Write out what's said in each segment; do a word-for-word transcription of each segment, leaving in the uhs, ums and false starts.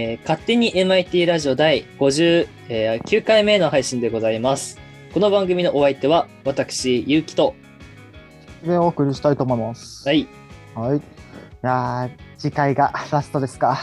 えー勝手に エムアイティー ラジオ第ごじゅうきゅうかいめの配信でございます。この番組のお相手は私、ゆうきと、 でお送りしたいと思います。 はい。 はい。いやー、次回がラストですか。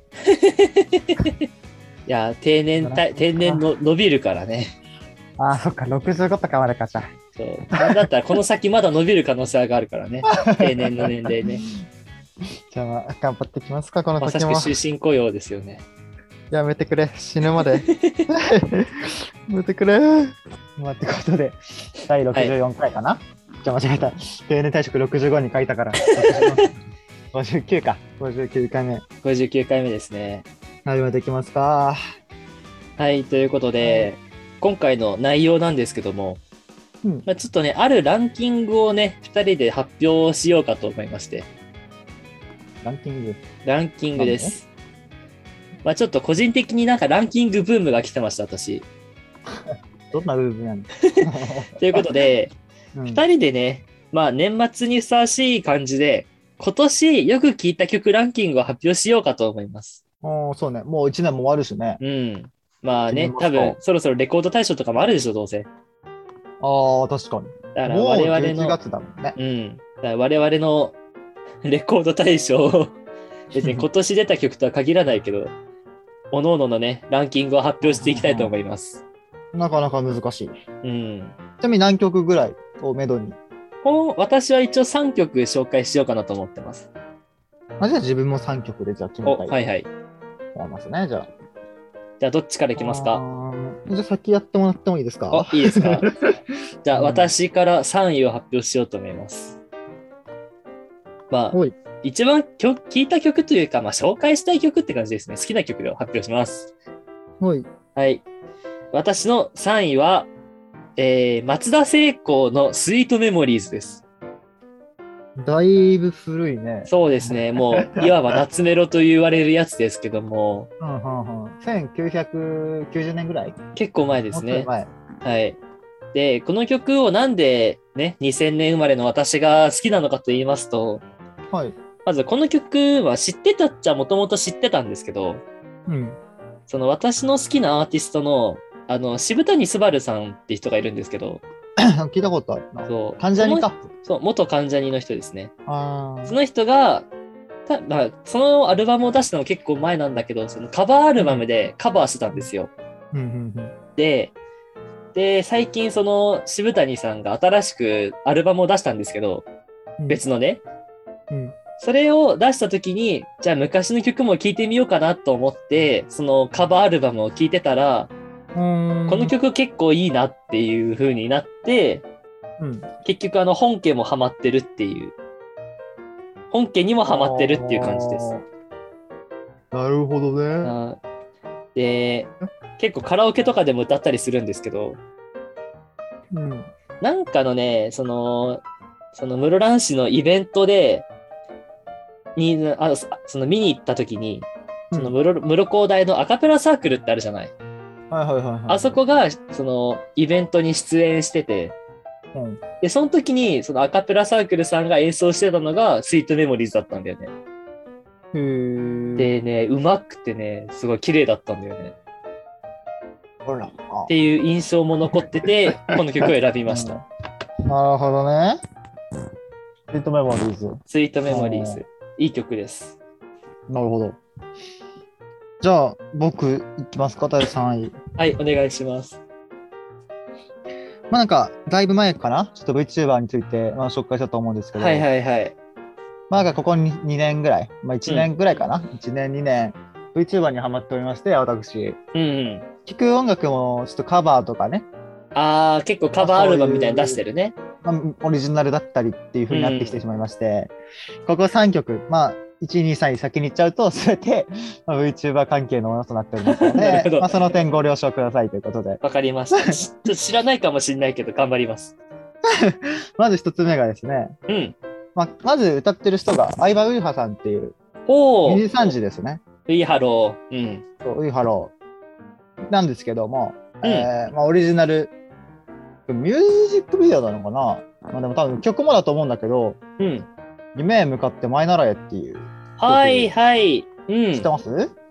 いや、定年た、定年の伸びるからね。 あー、そっか、ろくじゅうごとかまでかじゃあ。 そう。なんだったらこの先まだ伸びる可能性があるからね。定年の年齢ね。 じゃあ、まあ、頑張ってきますか、このまさしく先も。 終身雇用ですよね。 やめてくれ、死ぬまで。やめてくれ。まあ、ってことで、だいろくじゅうよんかいかな、じゃあ、間違えた。定年退職ろくじゅうごに書いたから。ごじゅうきゅうか。ごじゅうきゅうかいめ。 ごじゅうきゅうかいめですね。 始めていきますか。 はい、ということで、今回の内容なんですけども、 うん。 まあ、ちょっとね、あるランキングをね、ふたりで発表しようかと思いまして。 ランキング。 ランキングです。まあちょっと個人的になんかランキングブームが来てました、私。 どんなルールやねん。 ということで、 うん、 ふたりでね、まあ年末にふさわしい感じで、今年よく聴いた曲ランキングを発表しようかと思います。 おー、そうね。もういちねんも終わるしね。 うん。まあね、 決めますか多分そろそろレコード大賞とかもあるでしょ、どうせ。 ああ、確かに。 だからもう我々の、 じゅういちがつだもんね。 うん。だから我々のレコード大賞を、別に今年出た曲とは限らないけど、各々のね、ランキングを発表していきたいと思います。 なかなか難しい。 うん。 ちなみに何曲ぐらいをめどに。 この私は一応さんきょく紹介しようかなと思ってます。 あ、じゃあ自分もさんきょくでじゃあ決めお、 たいはいはい。 と思いますね。じゃあ。 じゃあどっちからいきますか？ あーじゃあ先やってもらってもいいですか？ お、いいですか？じゃあうん私からさんいを発表しようと思います。まあ、 おい。 一番曲聴いた曲というか、まあ紹介したい曲って感じですね。好きな曲を発表します。 おい。 はい。私のさんいは、えー、松田聖子のスイートメモリーズです。 だいぶ古いね。 そうですね。もう、いわば夏メロと言われるやつですけども、 うんうんうん。せんきゅうひゃくきゅうじゅうねんぐらい結構前ですね。 もうちょい前。 はい。で、この曲をなんでね、にせんねん生まれの私が好きなのかと言いますと、 はい。 まずこの曲は知ってたっちゃもともと知ってたんですけど、 うん。 その私の好きなアーティストの、あの、渋谷昴さんって人がいるんですけど、 聞いたことあるな。 そう。 関ジャニか。 そう、元関ジャニの人ですね。 ああ。 その人が、たまあ、そのアルバムを出したの結構前なんだけど、そのカバーアルバムでカバーしてたんですよ。 うんうんうん。 で、で、最近その渋谷さんが新しくアルバムを出したんですけど、 うん別のね、 うん。 それを出した時に、じゃあ昔の曲も聴いてみようかなと思って、そのカバーアルバムを聴いてたら、 うーんこの曲結構いいなっていう風になって、 うん。 結局あの本家もハマってるっていう、本家にもハマってるっていう感じです。 あー。なるほどね。 あーで、結構カラオケとかでも歌ったりするんですけど、 うん。 なんかのね、その、その室蘭市のイベントで、に、あそその見に行った時に、その室室高大のアカペラサークルってあるじゃない。 はいはいはいはい。 あそこが、その、イベントに出演してて、 うん。 で、その時に、そのアカペラサークルさんが演奏してたのが、スイートメモリーズだったんだよね。 へー。 でね、うまくてね、すごい綺麗だったんだよね。 ほら。あっていう印象も残ってて、この曲を選びました。 なるほどね。スイートメモリーズ。 スイートメモリーズ。いい曲です。 なるほど。じゃあ、僕、いきますか、だいさんい。 はい、お願いします。 まあなんか、だいぶ前かなちょっと VTuber について、まあ、紹介したと思うんですけど、 はいはいはい。 まあなんかここににねんぐらい、まあいちねんぐらいかな、いちねん、にねん、VTuber にハマっておりまして、私。 うんうん。 聴く音楽もちょっとカバーとかね、 あー、結構カバーアルバムみたいに出してるね。 まあ、オリジナルだったりっていう風になってきてしまいまして、ここさんきょく、まあ、いち、に、さんい先に行っちゃうと、すべて、まあ、VTuber 関係のものとなっておりますので、 なるほどまあ、その点ご了承くださいということで。 わかりました。ちょっと知らないかもしれないけど、頑張ります。 まず一つ目がですね、 うん。 まあ、まず歌ってる人が、相葉ウイハさんっていう、 おー。 ミニさんじですね。 ウイハロー。うん。 そうウイハロー。なんですけども、 うんえーまあ、オリジナル、ミュージックビデオなのかな、まあ、でも多分曲もだと思うんだけど、 うん。 夢へ向かって前習えっていう。 はいはい。うん。 知ってます？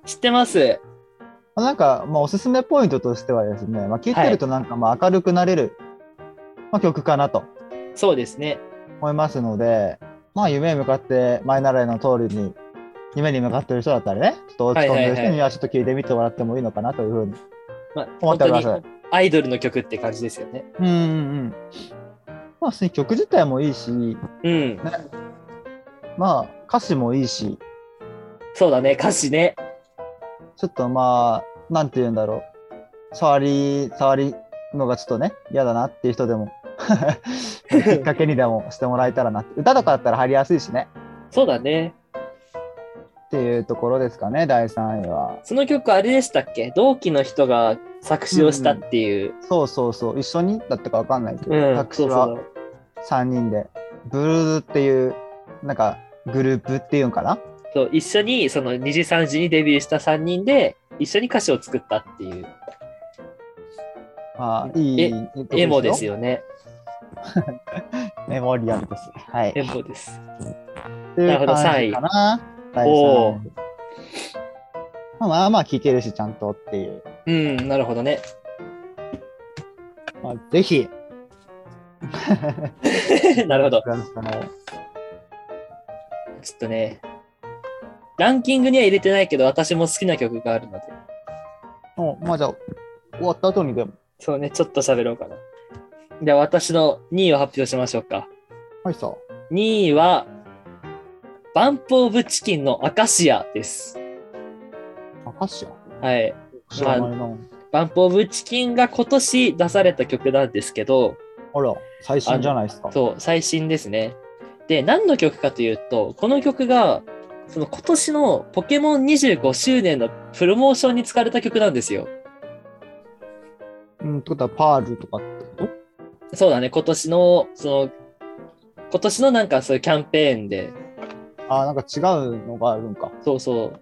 知ってます。 まあ、なんか、まあ、おすすめポイントとしてはですね、まあ、聴いてるとなんかまあ明るくなれる、まあ、曲かなとそうですね。 思いますので、まあ、夢に向かって前習いの通りに、夢に向かってる人だったりね、ちょっと落ち込んでる人にはちょっと聴いてみてもらってもいいのかなというふうにまあ、 思っております。 本当にアイドルの曲って感じですよね。 うんうんうん。まあ、普通に曲自体もいいし、 うん。 ね、まあ、歌詞もいいし、 そうだね、歌詞ね。 ちょっとまあ、なんて言うんだろう。触り、触りのがちょっとね、嫌だなっていう人でもきっかけにでもしてもらえたらなって。歌とかだったら入りやすいしね。 そうだね。 っていうところですかね、だいさんいは。 その曲あれでしたっけ？同期の人が作詞をしたっていう。 そうそうそう。一緒にだったかわかんないけど、 うん、 作詞そうそはう。 さんにんで。ブルーっていう、なんか、グループっていうんかな。 そう、一緒にそのにじさんじにデビューしたさんにんで一緒に歌詞を作ったっていう。 まあ、いいえエモですよね。 メモリアルです。はい。 エモです。 っていう感じかな。だいさんい。まあまあ聞けるし、ちゃんとっていう。 うん、なるほどね。 まあ、ぜひ。 なるほど。 ください。 ちょっとね、ランキングには入れてないけど、私も好きな曲があるので。 おまあじゃあ、終わった後にでも。 そうね、ちょっと喋ろうかな。では、私のにいを発表しましょうか。 はいさ。 にいは、バンプオブチキンのアカシアです。 アカシアはい。 知らないな。まあ、 バンプオブチキンが今年出された曲なんですけど、 あら、最新じゃないですか。 そう、最新ですね。で、何の曲かというと、この曲が、その今年のポケモンにじゅうごしゅうねんのプロモーションに使われた曲なんですよ。 うん、ってことはパールとかってことそうだね、今年の、その、今年のなんかそういうキャンペーンで、 ああ、なんか違うのがあるんか。 そうそう、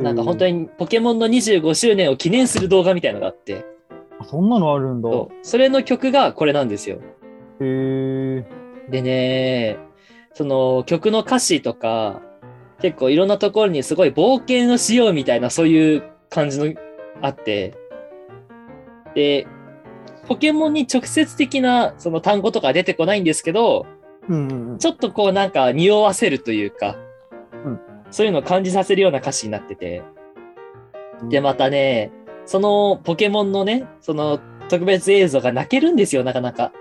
なんか本当にポケモンのにじゅうごしゅうねんを記念する動画みたいなのがあって、 あ、そんなのあるんだ。 そう、それの曲がこれなんですよ。 へえ。 でね、その曲の歌詞とか、結構いろんなところにすごい冒険をしようみたいなそういう感じのあって、で、ポケモンに直接的なその単語とか出てこないんですけど、 うんうんうん。 ちょっとこうなんか匂わせるというか、 うん、 そういうのを感じさせるような歌詞になってて、で、またね、そのポケモンのね、その特別映像が泣けるんですよ、なかなか。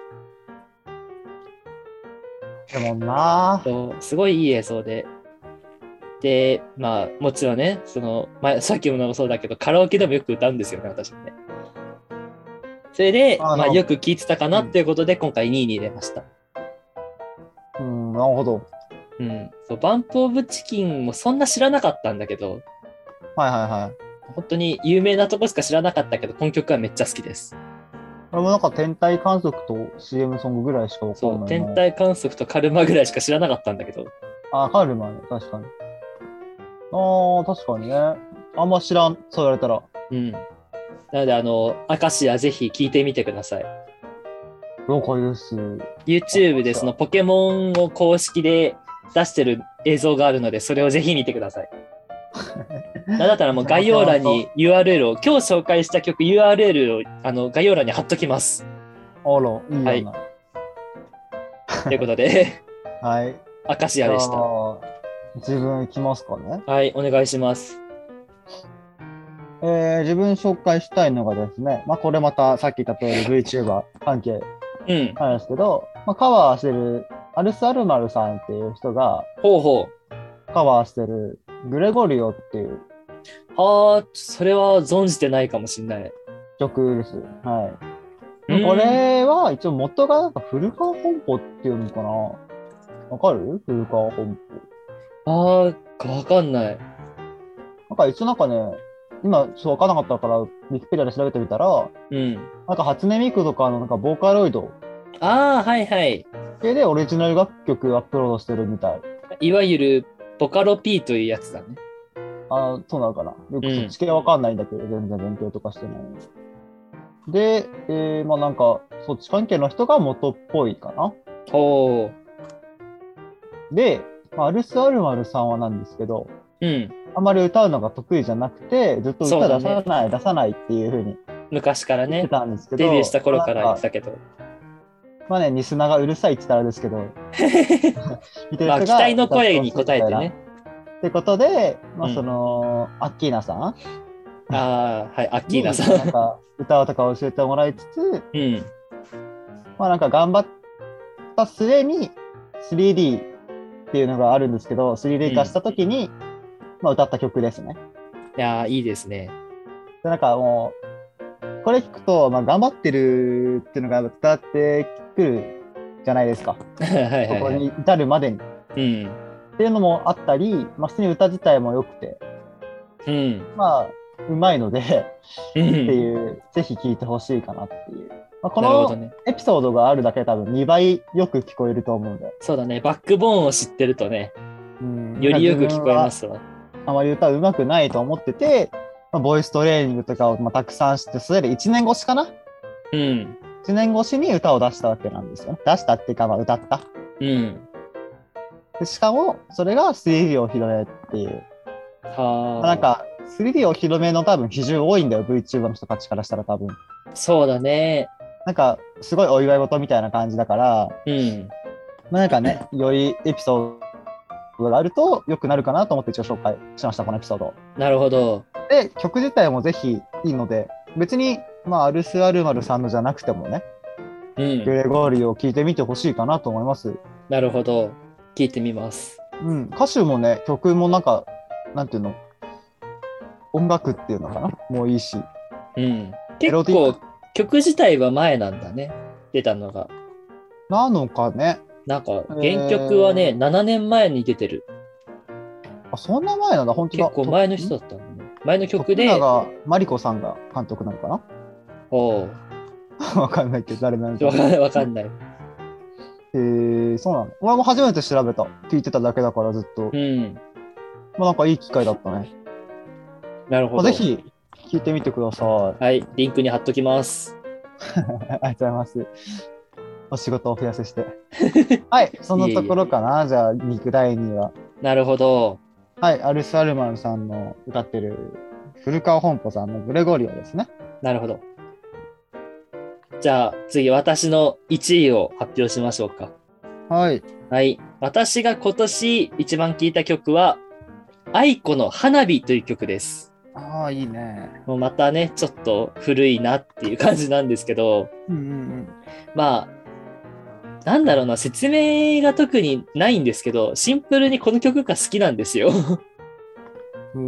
でもなそうすごいいい映像で。で、まあ、もちろんね、その、まあ、さっきもそうだけど、カラオケでもよく歌うんですよね、私もね。それで、 あまあ、よく聴いてたかなっていうことで、今回にいに入れました。 うん、なるほど。 うん。そう、バンプオブチキンもそんな知らなかったんだけど、 はいはいはい。 本当に有名なとこしか知らなかったけど、この曲はめっちゃ好きです。 これもなんか天体観測と シーエム ソングぐらいしかわかんないな。 そう、天体観測とカルマぐらいしか知らなかったんだけど。 あ、カルマね、確かに。ああ、確かにね。あんま知らん、そう言われたら。 うん。なので、あの、アカシアぜひ聴いてみてください。 了解です。 YouTube でそのポケモンを公式で出してる映像があるので、それをぜひ見てください。なんだったらもう概要欄に ユーアールエル を、今日紹介した曲 ユーアールエル をあの概要欄に貼っときます。 あら、いいよな。 ということで、 はい。 アカシアでした。 自分行きますかね。 はい、お願いします。 えー、自分紹介したいのがですね、まあこれまたさっき言った通り VTuber 関係うん。 なんですけど、まあ、カバーしてるアルス・アルマルさんっていう人がほうほカバーしてるグレゴリオっていうう。ああ、それは存じてないかもしれない。 曲です。はい。 うんこれは一応元がなんか古川本舗っていうのかな。わかる？古川本舗。 ああ、わかんない。 なんか一応なんかね、今ちょっとわからなかったから、ウィキペディアで調べてみたら、 うん。 なんか初音ミクとかのなんかボーカロイドああ、はいはい。 系でオリジナル楽曲アップロードしてるみたい。 いわゆるボカロ P というやつだね。 あー、そうなのかな。よくうんそっち系わかんないんだけど、全然勉強とかしてない。で、えー、まあなんか、そっち関係の人が元っぽいかな。 ほで、まあアルス・アルマルさんはなんですけど、 う。うん。 あまり歌うのが得意じゃなくて、ずっと歌出そうだね。 さない、出さないっていうふうに昔から言ってね、 たんですけど、 デビューした頃から言まあなんか、 ってたけど。 まあね、リスナーがうるさいって言ったらあれですけど、見てるまあ、 人期待のが歌って声にほしいみたいな。 応えてね。 ってことで、まあうん。 その、アッキーナさんああ、はい、アッキーナに、 さん。 なんか歌とか教えてもらいつつ、 うん。 まあなんか頑張った末に スリーディー っていうのがあるんですけど、スリーディー 化した時に、まあ、歌った曲ですね。 いやー、いいですね。 で、なんかもう、これ聞くと、まあ、頑張ってるっていうのが伝わってくるじゃないですか。 はいはいここはい。 に至るまでに。っうん。 ていうのもあったり、まあ、普通に歌自体も良くて、 うん。 まあ、うまいのでうってん。 いう、ぜひ聴いてほしいかなっていう。まあ、このなるほどね。 エピソードがあるだけで多分にばいよく聞こえると思うんで、 そうだね。バックボーンを知ってるとね、 うん、 よりよく聞こえ自分はますわ。 あまり歌うまくないと思ってて、まあ、ボイストレーニングとかをまあたくさんして、それでいちねん越しかなうん。 いち 年越しに歌を出したわけなんですよね。出したっていうか、まあ、歌った。 うん。 でしかも、それが スリーディー を広めっていう。まあ、なんはか、スリーディー を広めの多分比重多いんだよ、VTuber の人たちからしたら多分。 あ、そうだね。 なんか、すごいお祝い事みたいな感じだから、 うん。 まあ、なんかね、よりエピソードがあると良くなるかなと思って一応紹介しました、このエピソード。 なるほど。 で、曲自体もぜひいいので、別に、まあ、アルス・アルマルさんのじゃなくてもね、 うん。 グレゴーリーを聴いてみてほしいかなと思います。 なるほど。聞いてみます。 うん、歌手もね、曲もなんか、なんていうの、音楽っていうのかなもういいし。 うん。 メロディー結構、曲自体は前なんだね。出たのが。 なのかね。 なんか、原曲はね、 えーななねんまえに出てる。 あ、そんな前なんだ、本当だ。 結構前の人だったんだね。前の曲で、 徳永マリコさんが監督なのかなおう、 わかんないけど、誰なのかわ。かんないわかんない。 えー、そうなの。俺も初めて調べた。聞いてただけだからずっと。 うん。 まあなんかいい機会だったね。 なるほど。 まあ、ぜひ聞いてみてください。 はい、リンクに貼っときます。 ありがとうございます。お仕事を増やせして。はい、そのところかな。じゃあ、肉だいにいは。 なるほど。 はい、アルス・アルマルさんの歌ってる古川本舗さんのグレゴリオですね。 なるほど。じゃあ次、私のいちいを発表しましょうか。 はい。 はい。私が今年一番聴いた曲は、愛子の花火という曲です。 ああ、いいね。 もうまたね、ちょっと古いなっていう感じなんですけど、 うんうんまあ、なんだろうな、説明が特にないんですけど、シンプルにこの曲が好きなんですよ。 うん。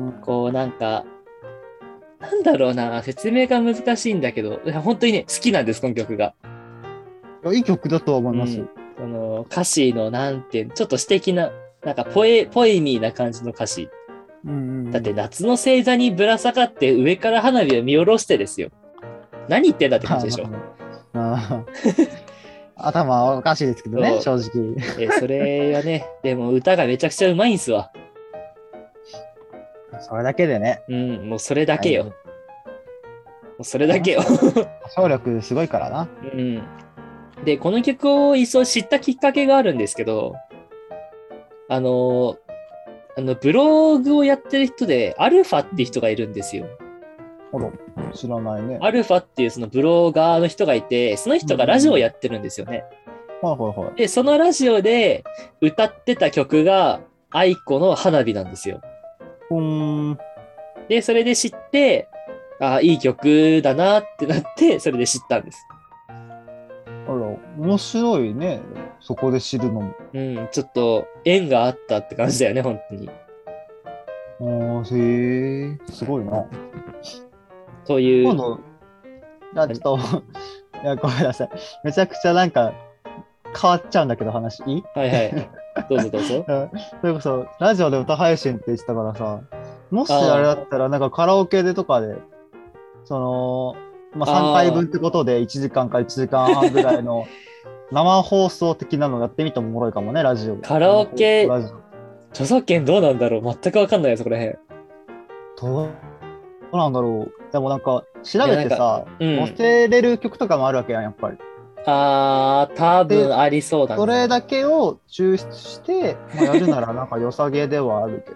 うーん。 こうなんか、なんだろうな、説明が難しいんだけど、いや本当にね、好きなんです、この曲が。 いやいい曲だと思います。 うん、その歌詞のなんていうちょっと詩的な、なんかポエ、ポエミーな感じの歌詞。 うんうんうんだって夏の星座にぶら下がって上から花火を見下ろしてですよ。何言ってんだって感じでしょ。 あー頭おかしいですけどね、正直。 えそれはね、でも歌がめちゃくちゃうまいんすわ。 それだけでね。 うん、もうそれだけよ。 はいもうそれだけよ。 歌唱力すごいからな。 うん。で、この曲を一層知ったきっかけがあるんですけど、あの、あのブログをやってる人で、アルファっていう人がいるんですよ。 ほら、知らないね。 アルファっていうそのブロガーの人がいて、その人がラジオをやってるんですよね。 はいはいはい。 で、そのラジオで歌ってた曲が、愛子の花火なんですよ。 うーん。 で、それで知って、ああ、いい曲だなってなって、それで知ったんです。 あら、面白いね。そこで知るのも。 うん、ちょっと縁があったって感じだよね、本当に。 あーへえ、すごいな。 という。 今度、いや、ちょっと、いや、ごめんなさい。めちゃくちゃなんか、変わっちゃうんだけど、話、いいはいはい。どうぞどうぞ。 うんそれこそ、ラジオで歌配信って言ってたからさ、もしあれだったら、なんかカラオケでとかで、その、まあ、さんかいぶんってことでいちじかんかいちじかんはんぐらいの生放送的なのやってみてもおもろいかもね、ラジオで。 カラオケラジオ著作権どうなんだろう全くわかんないよ、そこら辺。 どうどうなんだろう。でもなんか、調べてさ、 うん、 載せれる曲とかもあるわけやん、やっぱり。 あー、多分ありそうだね。 それだけを抽出して、まあ、やるならなんか良さげではあるけどね。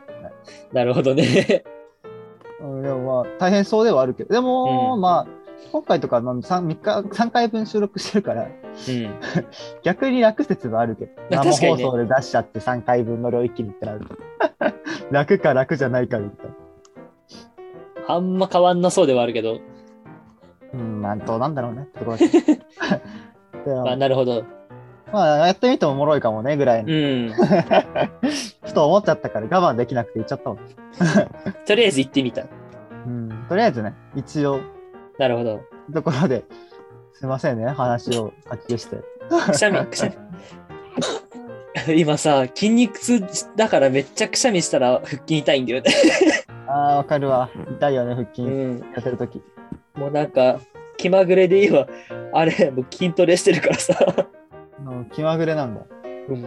なるほどね。 うん、でもまあ、大変そうではあるけど、でも、 うんまあ、今回とか、まあ、3, 三日さんかいぶん収録してるから、 うん。 逆に楽説はあるけど、 まあ生確かにね放送で出しちゃってさんかいぶんの量一気にってなると。楽か楽じゃないかみたいな。 あんま変わんなそうではあるけど。 うん、まあ、どうなんだろうねってところで。でもまあ、なるほど。 まあ、やってみてもおもろいかもね、ぐらいの。 うん。 ふと思っちゃったから我慢できなくて言っちゃったわ。 とりあえず行ってみた。 うん、とりあえずね、一応、 なるほど。 ところで、すいませんね、話を書き消して。 くしゃみ、くしゃみ。今さ、筋肉痛だからめっちゃくしゃみしたら腹筋痛いんだよね。 ああ、わかるわ。痛いよね、腹筋うん。 やってるとき。 もうなんか、気まぐれで今、あれ、もう筋トレしてるからさ。 うん気まぐれなんだ。 うん。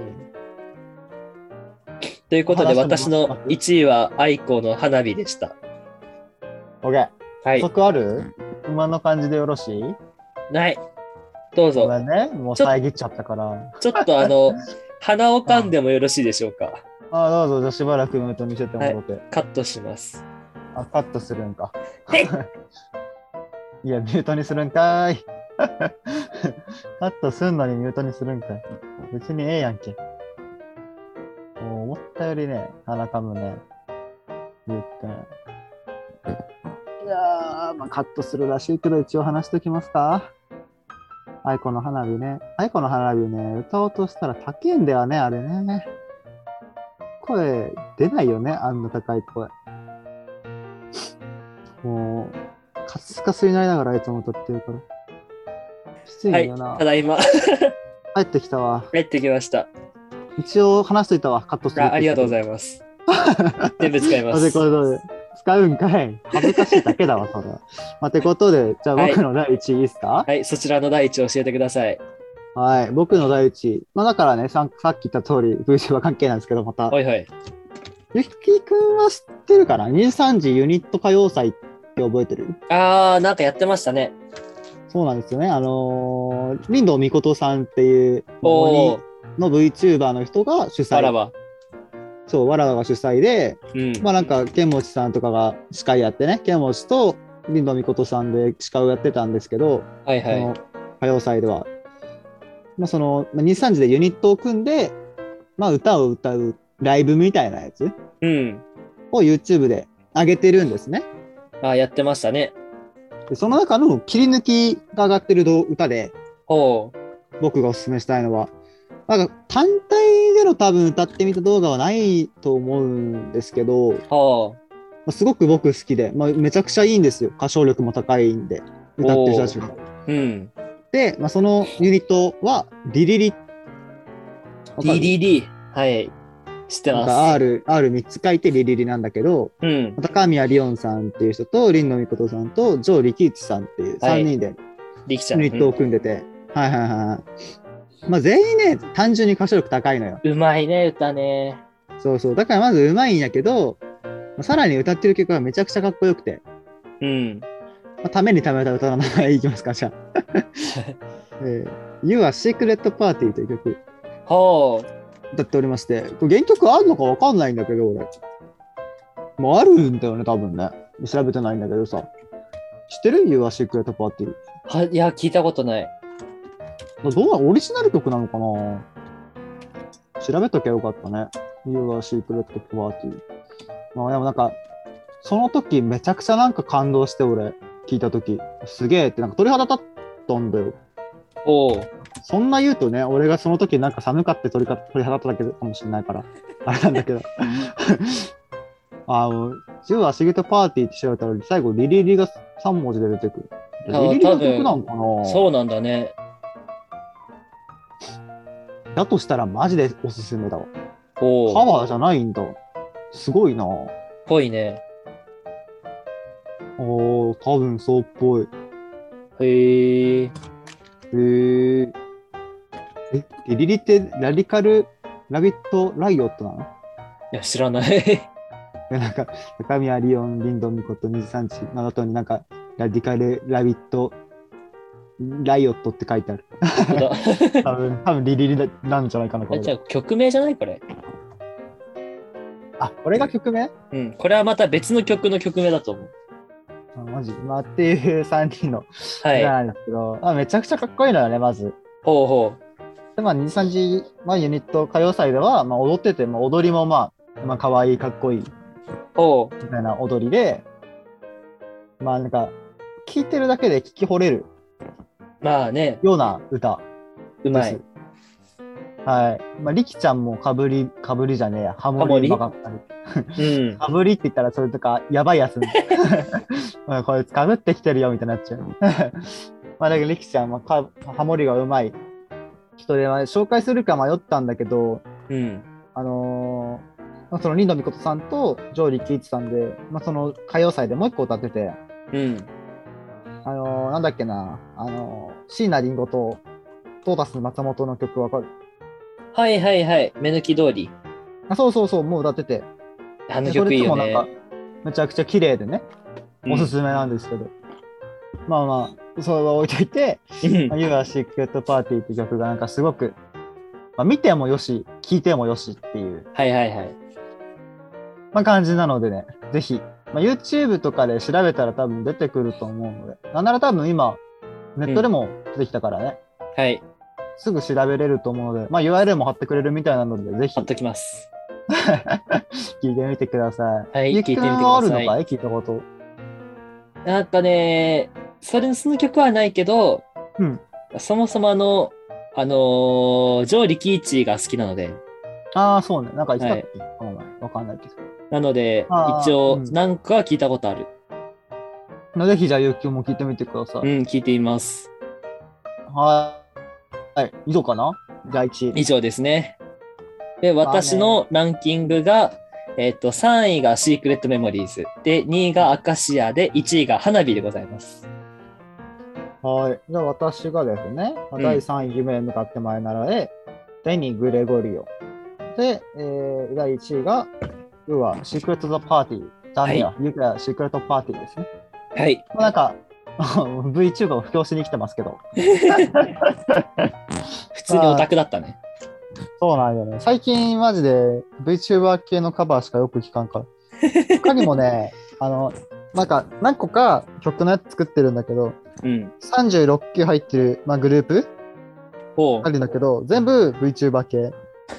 ということで、私のいちいは愛子の花火でした。 オッケー。 はい。 補足ある今の感じでよろしいない。どうぞ。 ごめんね、もう遮っちゃったから。 ちょっとあの、鼻を噛んでもよろしいでしょうか。 ああ、どうぞ、じゃあしばらくムート見せてもらって。 カットします。 あ、カットするんか。 はいいや、ミュートにするんかーい。カットすんのにミュートにするんかい。別にええやんけ。もう思ったよりね、鼻かむね。言ってね。いやー、まあ、カットするらしいけど、一応話しときますか。愛子の花火ね。愛子の花火ね、歌おうとしたら高いんだよね、あれね。声出ないよね、あんな高い声。もう、カスカスになりながらいつも歌ってるから。きついんはい、 だよな。 ただいま。 帰ってきたわ。 帰ってきました。 一応話しといたわ、カットするあありがとうございいます。全部使いまます。 す。 ということで、使うんかい。恥ずかしいだけだわ、それ。まあ、てことで、じゃあはい僕の第一位いいですか。 はい、そちらの第一を教えてください。 はい、僕の第一位。まあ、だからね、ささっき言った通り、VTuber 関係なんですけど、また。 はいはい。 ゆきくんは知ってるかな ?にじゅうさんじユニット歌謡祭って覚えてる？ あー、なんかやってましたね。 そうなんですよね。あのー、林道美琴さんっていう、 おー、 の VTuber の人が主催。 わらば。 そう、わらわが主催で、 うん。 まあなんか、剣持さんとかが司会やってね、剣持と林道美琴さんで司会をやってたんですけど、 はいはい。 その歌謡祭では。まあその、まあ、にじゅうさんじでユニットを組んで、まあ歌を歌うライブみたいなやつうん。 を YouTube で上げてるんですね。 あー、やってましたね。 でその中の切り抜きが上がってる動歌で、 おー。 僕がおすすめしたいのは、なんか単体での多分歌ってみた動画はないと思うんですけど、 はまあ、すごく僕好きで、まあ、めちゃくちゃいいんですよ。歌唱力も高いんで、歌ってる人たちが。 あ。うん。 で、まあ、そのユニットは、リリリ。わかるディーディーディー。はい。知ってなんかます。 R、アールみっ つ書いてリリリなんだけど、 うん。 高宮リオンさんっていう人と、林野美琴さんと、城力一さんっていうさんにんでりきちゃん。 ユニットを組んでて、はいはいはい。まあ全員ね、単純に歌唱力高いのよ。 うん、うまいね、歌ね。 そうそう。だからまずうまいんやけど、さらに歌ってる曲がめちゃくちゃかっこよくて、 うん。 まあ、ためにためた歌の名前いきますか、じゃあ。えー、You are Secret Party という曲は歌っておりまして、これ原曲あるのかわかんないんだけど、俺。もうあるんだよね、多分ね。調べてないんだけどさ。知ってる ?You are Secret Party。 あ。は、いや、聞いたことない。 どうなオリジナル曲なのかな調べときゃよかったね。You are Secret Party。まあでもなんか、その時めちゃくちゃなんか感動して俺、聞いた時すげえってなんか鳥肌立ったんだよ。 おお。 そんな言うとね、俺がその時なんか寒かって鳥か鳥肌立っただけかもしれないから、あれなんだけど。あの、You are Secret Party って調べたら最後リリリがさん文字で出てくる。 あリリリの曲なんかなそうなんだね。 だとしたらマジでおすすめだわ。 おお。 パワーじゃないんだ。すごいな。 ぽいね。 おー、多分そうっぽい。 へえ。 へー。え、リリリってラディカルラビットライオットなの？ いや、知らない。 いやなんか、高宮リオン、リンドンミコトにじゅうさんじの後になんか、ラディカルラビットライオットって書いてある。多分、多分リリリなんじゃないかな、これ。 あ、じゃあ曲名じゃないこれ。 あ、これが曲名？ うん。これはまた別の曲の曲名だと思う。 あ、マジ、まあ、っていうさんにんのはい。 歌なんですけど、あ、めちゃくちゃかっこいいのよね、まず。 ほうほで、まあ、に、さんじ、まあ、ユニット歌謡祭では、まあ、踊ってて、まあ、踊りもまあ、まあ、可愛い、かっこいい、 う。ほみたいな踊りで、まあ、なんか、聴いてるだけで聴き惚れるう。まあね、 ような歌です。 うまい。 はい。まあ、リキちゃんもかぶり、かぶりじゃねえや、ハモリうまかったり。 うん。 かぶりって言ったら、それとか、やばいやつ。まあこいつかぶってきてるよ、みたいになっちゃう。まあ、だけど、リキちゃんはかハモリがうまい人で、まあ紹介するか迷ったんだけど、 うん。 あのーまあ、その、リンドミコトさんとジョー・リキイチさんで、まあ、その歌謡祭でもう一個歌ってて、 うん。 あのーなんだっけな、あのー椎名林檎とトータス松本の曲わかる？ はいはいはい。目抜き通り。 あ、そうそうそう、もう歌ってて。 あのでそれ曲いいよともなんかね。、 めちゃくちゃ綺麗でね、 うんおすすめなんですけど。まあまあ、それは置いといて、 うんまあ、You Are Secret Party って曲がなんかすごく、まあ、見てもよし、聴いてもよしっていう、 はいはいはい。 まあ、感じなのでね、ぜひ、まあ、YouTube とかで調べたら多分出てくると思うので、なんなら多分今、ネットでも出てきたからね、 はい。 すぐ調べれると思うので、まあ、ユーアールエル も貼ってくれるみたいなので、ぜひ貼っときます。 聞いてみてください。 はいゆうきくん聞いてみてくださいはあるのかい聞いたこと。 なんかね、それ、その曲はないけど、 うん。 そもそもあの、あのージョー・リキイチが好きなので、 ああ、そうね。なんか言ってたっけ、この前。わかんないけど。 なので、 あー一応う、ん何個は聞いたことある。 ぜひじゃあ、ゆうきくんも聞いてみてください。 うん、聞いてみます。 はい。はい。以上かな？じゃあいちい。 以上ですね。で、私のランキングが、えっと、さんいがシークレットメモリーズ。で、にいがアカシアで、いちいが花火でございます。 はい。じゃあ私がですね、まあうんだいさんい夢へ向かって前ならえ、だいにいグレゴリオ。で、えー、だいいちいが、要はシークレット・ザ・パーティー。じゃねえや、ゆうきはシークレット・パーティーですね。 はい。 まあ、なんか、VTuber を布教しに来てますけど。 普通にオタクだったね。 そうなんよね。最近マジで VTuber 系のカバーしかよく聞かんから。他にもね、あの、なんか何個か曲のやつ作ってるんだけど、 うん。 さんじゅうろっきゅう入ってる、まあ、グループおうあるんだけど、全部 VTuber 系。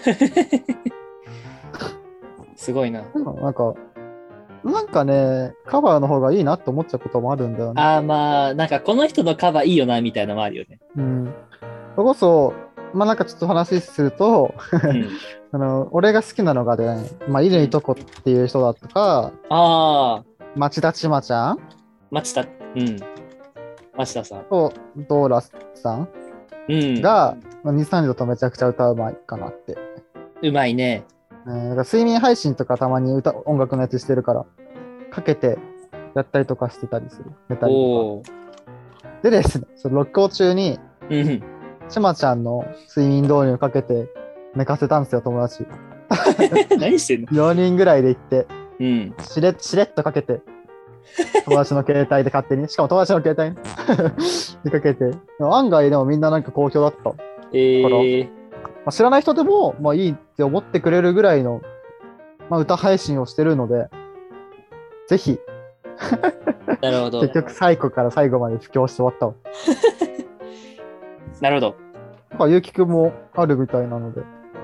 すごいな。 でもなんか、なんかね、カバーの方がいいなって思っちゃうこともあるんだよね。 ああ、まあ、なんかこの人のカバーいいよな、みたいなのもあるよね。 うん。それこそ、まあなんかちょっと話すると、 うん。 あの、俺が好きなのがね、まあ、伊集いとこっていう人だとか、 ああ、 町田千葉ちゃん町田、うん。町田さん。 とドーラスさんうん。 が、まあに、さんじだとめちゃくちゃ歌うまいかなって。 うまいね。 えー、だから睡眠配信とかたまに歌音楽のやつしてるから、かけてやったりとかしてたりする。寝たりとおお。 か。でですね、その録音中に、 うん。 ちまちゃんの睡眠導入かけて寝かせたんですよ、友達。 何してんの？ よにんぐらいで行って、 うん。 しれしれっとかけて、友達の携帯で勝手に、しかも友達の携帯にかけて、でも案外でもみんななんか好評だった。まえー、 あ、知らない人でも、まあいいって思ってくれるぐらいの、まあ、歌配信をしてるので、ぜひ、 なるほど結。局最後から最後まで布教して終わったわ。 なるほど。 なんかゆうきくんもあるみたいなので。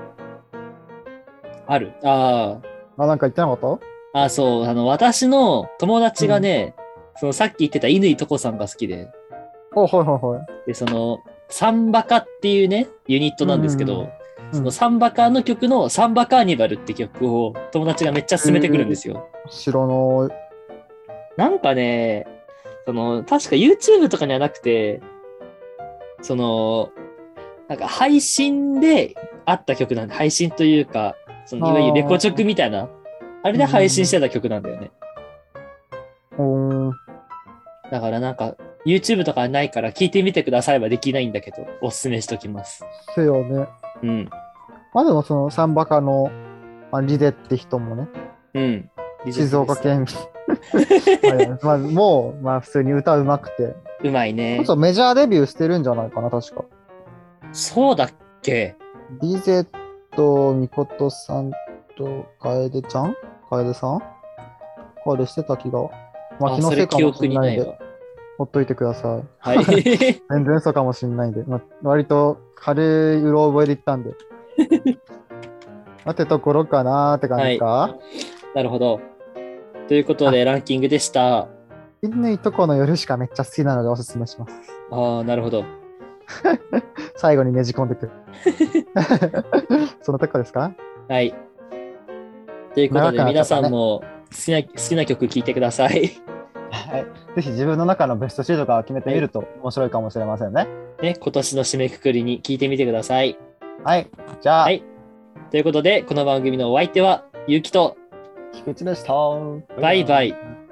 ある。ああ、なんか言ってなかった？ あ。あ、そう。あの、私の友達がね、そのさっき言ってた乾とこさんが好きで、 お、はいはいはい。 で、その、サンバカっていうね、ユニットなんですけど、 うんそのサンバカの曲のサンバカーニバルって曲を友達がめっちゃ勧めてくるんですよ。 白の、 なんかね、その、確か YouTube とかにはなくて、その、なんか配信であった曲なんで、配信というか、そのいわゆるレコチョクみたいな、あれで配信してた曲なんだよね。 うーん、 だからなんか、YouTube とかないから聞いてみてくださいはできないんだけど、おすすめしときます。 せよね。 うん。 まあでもそのサンバカの、まあ、リデって人もね、 うん。 静岡県まあまあもう、まあ普通に歌うまくて、 うまいね。 そうメジャーデビューしてるんじゃないかな、確か。 そうだっけ？ ディゼット、ミコトさんと、楓ちゃん楓さん楓してた気が。まあ、 あ、 気のせいかそれ記もしれないんで、 憶にないわ。 ほっといてください。 はい。 全然そうかもしれないんで、まあ、割と軽いうろ覚えで言ったんで。待てところかなーって感じですか、 なるほど。ということで、ランキングでした。 犬いとこの夜しかめっちゃ好きなのでおすすめします。 ああ、なるほど。 最後にねじ込んでくる。そのとこですか？ はい。ということで、 長くなっちゃ皆ったねさんも好きな、好きな曲聴いてください。 はい。ぜひ自分の中のベストシーとかを決めてみると面白いかもしれませんね。 ね、今年の締めくくりに聞いてみてください。 はい。じゃあ、 はい。ということで、この番組のお相手は、ゆうきと、 菊池でした。 バイバイ。